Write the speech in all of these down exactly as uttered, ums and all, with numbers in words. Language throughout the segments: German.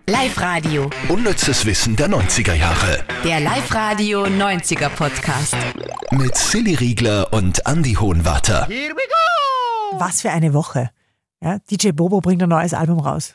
Live-Radio. Unnützes Wissen der neunziger Jahre. Der Live-Radio neunziger Podcast. Mit Silly Riegler und Andi Hohenwarter. Here we go! Was für eine Woche. Ja, D J Bobo bringt ein neues Album raus.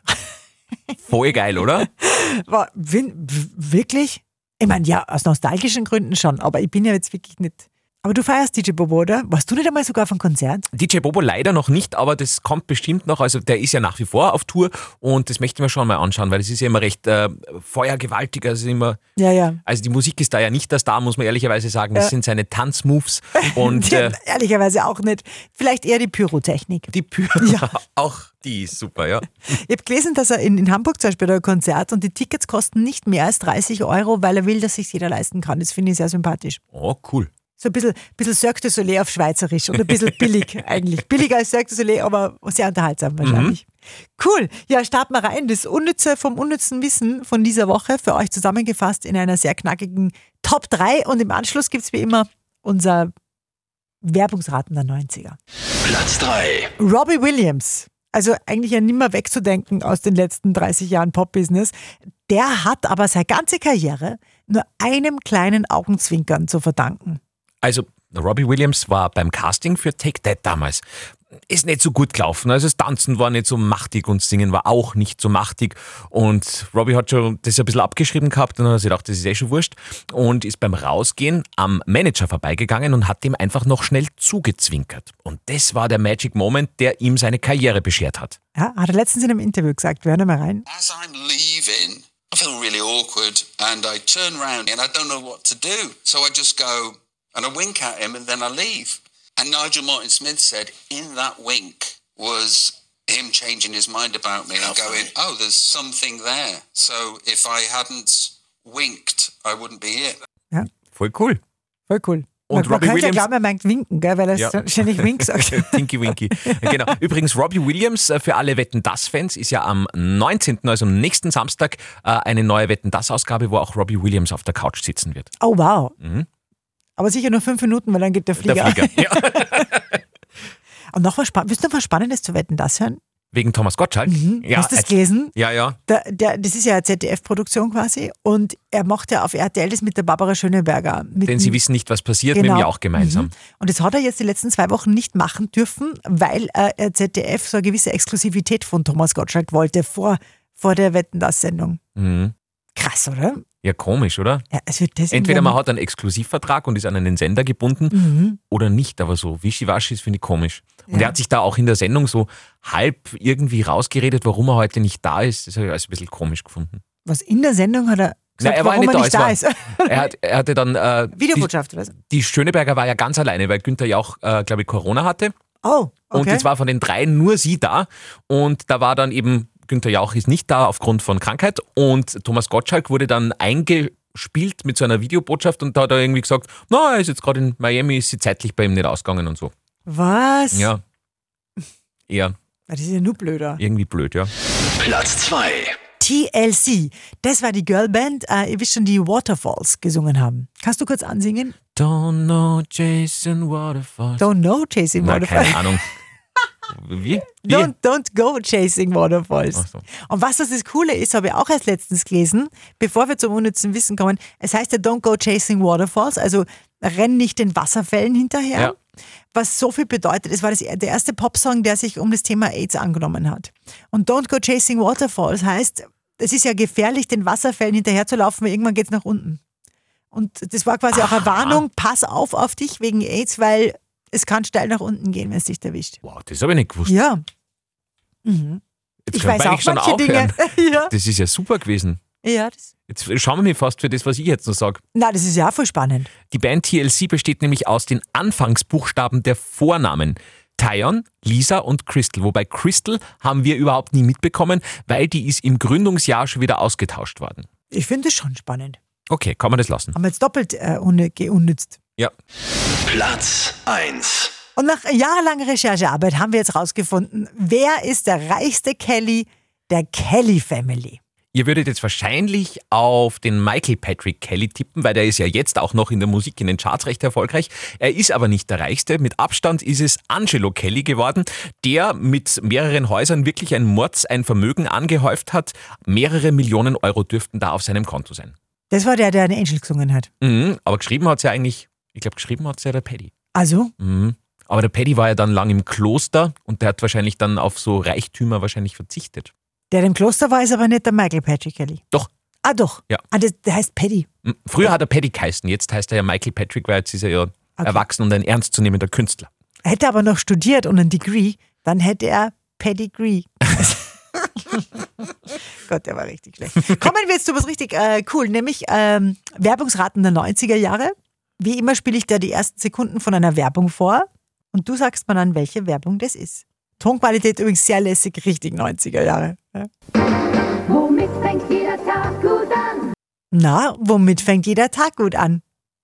Voll geil, oder? War, win, w- wirklich? Ich meine, ja, aus nostalgischen Gründen schon, aber ich bin ja jetzt wirklich nicht... Aber du feierst D J Bobo, oder? Warst du nicht einmal sogar auf einem Konzert? D J Bobo leider noch nicht, aber das kommt bestimmt noch. Also der ist ja nach wie vor auf Tour und das möchte ich mir schon mal anschauen, weil es ist ja immer recht äh, feuergewaltig. Also, immer, Ja, ja. also die Musik ist da ja nicht der Star, muss man ehrlicherweise sagen. Das Ja. sind seine Tanzmoves und Ja, äh, ehrlicherweise auch nicht. Vielleicht eher die Pyrotechnik. die Py Ja. auch die ist super, ja. Ich habe gelesen, dass er in, in Hamburg zum Beispiel hat er ein Konzert und die Tickets kosten nicht mehr als dreißig Euro, weil er will, dass sich jeder leisten kann. Das finde ich sehr sympathisch. Oh, cool. So ein bisschen, bisschen Cirque du Soleil auf Schweizerisch und ein bisschen billig eigentlich. Billiger als Cirque du Soleil, aber sehr unterhaltsam wahrscheinlich. Cool. Ja, starten wir rein. Das Unnütze vom unnützen Wissen von dieser Woche für euch zusammengefasst in einer sehr knackigen Top drei und im Anschluss gibt es wie immer unser Werbungsraten der neunziger. Platz drei. Robbie Williams, also eigentlich ja nimmer wegzudenken aus den letzten dreißig Jahren Pop-Business, der hat aber seine ganze Karriere nur einem kleinen Augenzwinkern zu verdanken. Also Robbie Williams war beim Casting für Take That damals. Ist nicht so gut gelaufen. Also das Tanzen war nicht so machtig und Singen war auch nicht so machtig. Und Robbie hat schon das ein bisschen abgeschrieben gehabt und hat sich gedacht, das ist eh schon wurscht. Und ist beim Rausgehen am Manager vorbeigegangen und hat dem einfach noch schnell zugezwinkert. Und das war der Magic Moment, der ihm seine Karriere beschert hat. Ja, hat er letztens in einem Interview gesagt. Wir hören mal rein. As I'm leaving, I feel really awkward and I turn around and I don't know what to do. So I just go and I wink at him and then I leave. And Nigel Martin Smith said in that wink was him changing his mind about me and going, oh, there's something there. So if I hadn't winked, I wouldn't be here. Ja, Voll cool. voll cool. Und man, man Robbie könnte ja Williams- glauben, er meint winken, gell, weil er Ja. ständig Wink sagt. Tinky Winky. Genau. Übrigens, Robbie Williams, äh, für alle Wetten-Das-Fans, ist ja am neunzehnten, also am nächsten Samstag, äh, eine neue Wetten-Das-Ausgabe, wo auch Robbie Williams auf der Couch sitzen wird. Oh, wow. Mhm. Aber sicher nur fünf Minuten, weil dann geht der Flieger. Der Flieger. Ja. Und noch was Spannendes. Willst du noch was Spannendes zu Wetten, das hören? Wegen Thomas Gottschalk. Ja, Hast du das äh, gelesen? Ja, ja. Der, der, das ist ja eine Z D F-Produktion quasi und er macht ja auf R T L das mit der Barbara Schöneberger. Mit Denn dem- sie wissen nicht, was passiert, mit Genau. dem Jauch gemeinsam. Mhm. Und das hat er jetzt die letzten zwei Wochen nicht machen dürfen, weil äh, Z D F so eine gewisse Exklusivität von Thomas Gottschalk wollte vor, vor der Wetten-das-Sendung. Mhm. Krass, oder? Ja, komisch, oder? Ja, also das Entweder irgendwie- man hat einen Exklusivvertrag und ist an einen Sender gebunden Mhm. oder nicht, aber so wischiwaschi ist, finde ich komisch. Und Ja. er hat sich da auch in der Sendung so halb irgendwie rausgeredet, warum er heute nicht da ist. Das habe ich alles ein bisschen komisch gefunden. Was in der Sendung hat er gesagt, Nein, er war warum nicht er da, nicht es da war- ist. Er, hat, er hatte dann, äh, die, Videobotschaft oder was? die Schöneberger war ja ganz alleine, weil Günther Jauch, äh, glaube ich, Corona hatte. Oh, okay. Und jetzt war von den dreien nur sie da. Und da war dann eben, Günther Jauch ist nicht da aufgrund von Krankheit. Und Thomas Gottschalk wurde dann eingespielt mit so einer Videobotschaft und da hat er irgendwie gesagt, na, er ist jetzt gerade in Miami, ist sie zeitlich bei ihm nicht ausgegangen und so. Was? Ja, eher Das ist ja nur blöder. irgendwie blöd, ja. Platz zwei. T L C, das war die Girlband, äh, ihr wisst schon, die Waterfalls gesungen haben. Kannst du kurz ansingen? Don't know Jason Waterfalls. Don't know Chasing Na, Waterfalls. keine Ahnung. Wie? Wie? Don't, don't go chasing waterfalls. Ach so. Und was das, das Coole ist, habe ich auch erst letztens gelesen, bevor wir zum unnützen Wissen kommen. Es heißt ja Don't go chasing waterfalls, also renn nicht den Wasserfällen hinterher. Ja. Was so viel bedeutet, es war das, der erste Popsong, der sich um das Thema AIDS angenommen hat. Und Don't go chasing waterfalls heißt, es ist ja gefährlich, den Wasserfällen hinterher zu laufen, weil irgendwann geht es nach unten. Und das war quasi auch eine Warnung, pass auf auf dich wegen AIDS, weil es kann steil nach unten gehen, wenn es dich erwischt. Wow, das habe ich nicht gewusst. Ja. Mhm. Jetzt Ich können weiß wir auch eigentlich schon manche Dinge. aufhören. ja. Das ist ja super gewesen. ja, das, Jetzt schauen wir mir fast für das, was ich jetzt noch sage. na, das ist ja auch voll spannend. Die Band T L C besteht nämlich aus den Anfangsbuchstaben der Vornamen. Tyon, Lisa und Crystal. Wobei Crystal haben wir überhaupt nie mitbekommen, weil die ist im Gründungsjahr schon wieder ausgetauscht worden. Ich finde es schon spannend. Okay, kann man das lassen. Haben wir jetzt doppelt äh, unne- geunnützt. Ja. Platz eins. Und nach jahrelanger Recherchearbeit haben wir jetzt rausgefunden, wer ist der reichste Kelly der Kelly Family. Ihr würdet jetzt wahrscheinlich auf den Michael Patrick Kelly tippen, weil der ist ja jetzt auch noch in der Musik in den Charts recht erfolgreich. Er ist aber nicht der Reichste. Mit Abstand ist es Angelo Kelly geworden, der mit mehreren Häusern wirklich ein Mords, ein Vermögen angehäuft hat. Mehrere Millionen Euro dürften da auf seinem Konto sein. Das war der, der eine Angel gesungen hat. Mhm, aber geschrieben hat es ja eigentlich, ich glaube, geschrieben hat es ja der Paddy. Also? Mhm. Aber der Paddy war ja dann lang im Kloster und der hat wahrscheinlich dann auf so Reichtümer wahrscheinlich verzichtet. Der im Kloster war, ist aber nicht der Michael Patrick Kelly. Doch. Ah, doch. Ja. Ah, das, der heißt Paddy. Früher hat er Paddy geheißen, jetzt heißt er ja Michael Patrick, weil jetzt ist er ja okay. erwachsen und ein ernstzunehmender Künstler. Hätte er aber noch studiert und ein Degree, dann hätte er Pedigree. Gott, der war richtig schlecht. Kommen wir jetzt zu was richtig äh, cool, nämlich ähm, Werbungsraten der neunziger Jahre. Wie immer spiele ich da die ersten Sekunden von einer Werbung vor und du sagst mir dann, welche Werbung das ist. Tonqualität übrigens sehr lässig, richtig neunziger Jahre. Ja. Womit fängt jeder Tag gut an? Na, womit fängt jeder Tag gut an?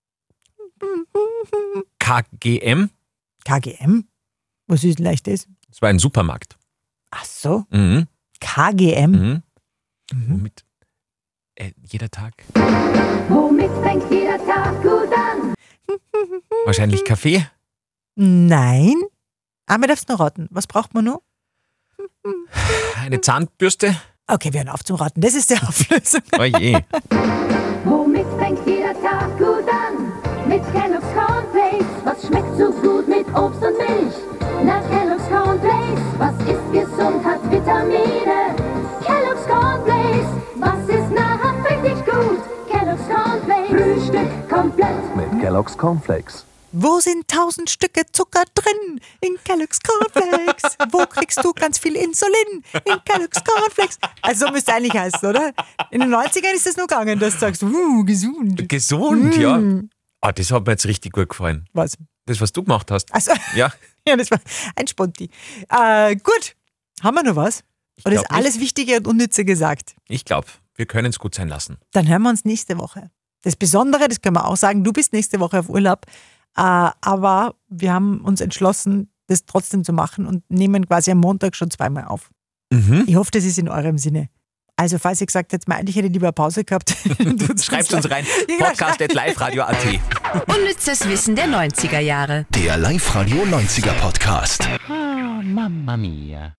K G M? K G M? Was ist denn leicht das? Das war ein Supermarkt. Ach so, Mhm. K G M. Mhm. Womit? Äh, jeder Tag? Womit fängt jeder Tag gut an? Wahrscheinlich Kaffee? Nein. Aber darfst noch raten. Was braucht man noch? Eine Zahnbürste? Okay, wir hören auf zum Raten. Das ist die Auflösung. Oh je. Womit fängt jeder Tag gut an? Mit Kellogg's Cornflakes. Was schmeckt so gut mit Obst und Milch? Na, Kellogg's Cornflakes. Was ist gesund, hat Vitamine? Kellogg's Cornflakes. Was ist nahrhaft richtig gut? Kellogg's Cornflakes. Frühstück komplett. Mit Kellogg's Cornflakes. Wo sind tausend Stücke Zucker drin? In Kellogg's Cornflakes. Wo kriegst du ganz viel Insulin? In Kellogg's Cornflakes. Also so müsste es eigentlich heißen, oder? In den neunzigern ist das noch gegangen, dass du sagst, uh, gesund. Gesund, ja. Ah, das hat mir jetzt richtig gut gefallen. Was? Das, was du gemacht hast. Also, Ja. ja, das war ein Sponti. Äh, gut, haben wir noch was? Oder ist glaub alles Wichtige und Unnütze gesagt? Ich glaube, wir können es gut sein lassen. Dann hören wir uns nächste Woche. Das Besondere, das können wir auch sagen, du bist nächste Woche auf Urlaub, äh, aber wir haben uns entschlossen, das trotzdem zu machen und nehmen quasi am Montag schon zweimal auf. Mhm. Ich hoffe, das ist in eurem Sinne. Also falls ihr gesagt hättet, eigentlich hätte ich lieber Pause gehabt. Schreibt uns rein. Ja, Podcast at liveradio punkt at. Unnützes Wissen der neunziger Jahre. Der Live-Radio neunziger Podcast. Ah, Mamma Mia.